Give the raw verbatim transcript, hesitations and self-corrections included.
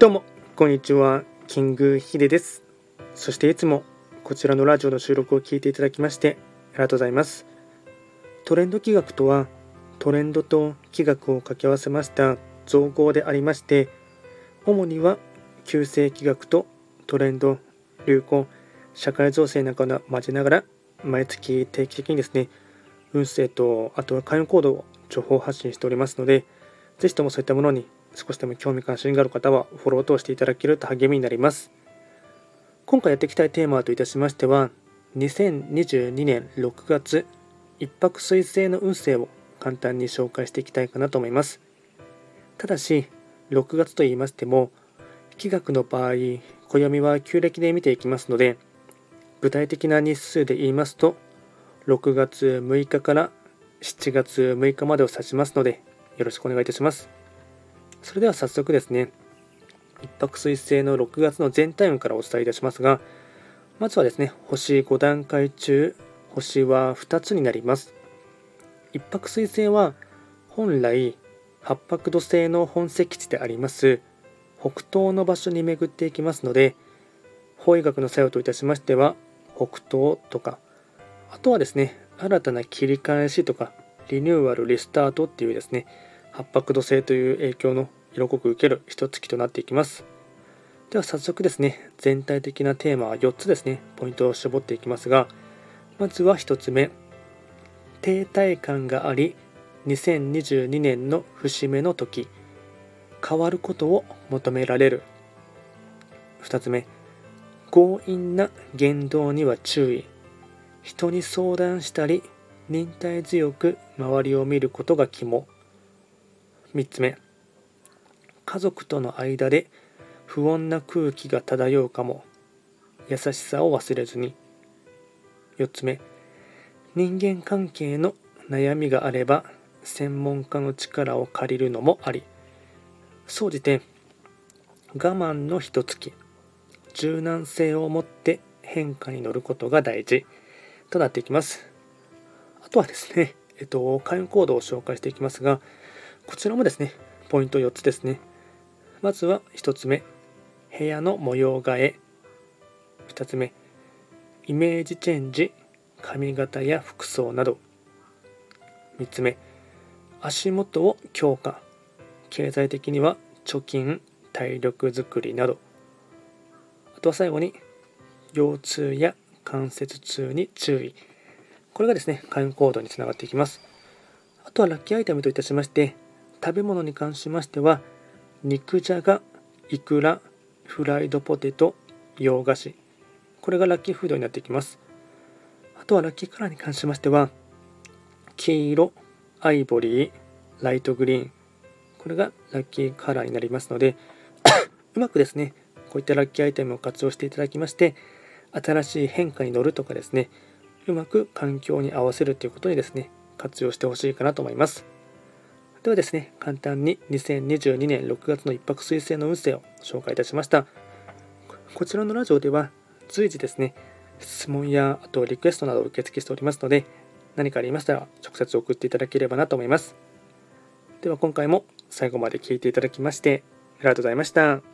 どうもこんにちは、キングヒデです。そしていつもこちらのラジオの収録を聞いていただきましてありがとうございます。トレンド企画とは、トレンドと企画を掛け合わせました造語でありまして、主には旧世企画とトレンド、流行、社会情勢なんかを交えながら毎月定期的にですね、運勢とあとは開運行動を情報発信しておりますので、ぜひともそういったものに少しでも興味関心がある方はフォローを通していただけると励みになります。今回やっていきたいテーマといたしましては、にせんにじゅうにねんろくがつ一泊水星の運勢を簡単に紹介していきたいかなと思います。ただしろくがつと言いましても、気学の場合暦は旧暦で見ていきますので、具体的な日数で言いますとろくがつむいかからしちがつむいかまでを指しますので、よろしくお願いいたします。それでは早速ですね、一泊水星のろくがつの全体運からお伝えいたしますが、まずはですね、星ご段階中、星はふたつになります。一泊水星は本来八白土星の本石地であります北東の場所に巡っていきますので、方位学の作用といたしましては北東とか、あとはですね、新たな切り返しとかリニューアルリスタートっていうですね、八白土星という影響の色濃く受ける一月となっていきます。では早速ですね、全体的なテーマはよっつですね、ポイントを絞っていきますが、まずはひとつめ、停滞感がありにせんにじゅうにねんの節目の時、変わることを求められる。ふたつめ、強引な言動には注意。人に相談したり忍耐強く周りを見ることが肝。みっつめ、家族との間で不穏な空気が漂うかも。優しさを忘れずに。よっつめ、人間関係の悩みがあれば専門家の力を借りるのもあり。総じて我慢の一月、柔軟性を持って変化に乗ることが大事となっていきます。あとはですね、えっと、開運行動を紹介していきますが、こちらもですね、ポイントよっつですね。まずはひとつめ、部屋の模様替え。ふたつめ、イメージチェンジ、髪型や服装など。みっつめ、足元を強化。経済的には貯金、体力づくりなど。あとは最後に、腰痛や関節痛に注意。これがですね、開運行動につながっていきます。あとはラッキーアイテムといたしまして、食べ物に関しましては、肉じゃが、いくら、フライドポテト、洋菓子、これがラッキーフードになっていきます。あとはラッキーカラーに関しましては、黄色、アイボリー、ライトグリーン、これがラッキーカラーになりますのでうまくですね、こういったラッキーアイテムを活用していただきまして、新しい変化に乗るとかですね、うまく環境に合わせるということにですね、活用してほしいかなと思います。ではですね、簡単ににせんにじゅうにねんろくがつの一泊水星の運勢を紹介いたしました。こちらのラジオでは随時ですね、質問やあとリクエストなどを受付しておりますので、何かありましたら直接送っていただければなと思います。では今回も最後まで聞いていただきましてありがとうございました。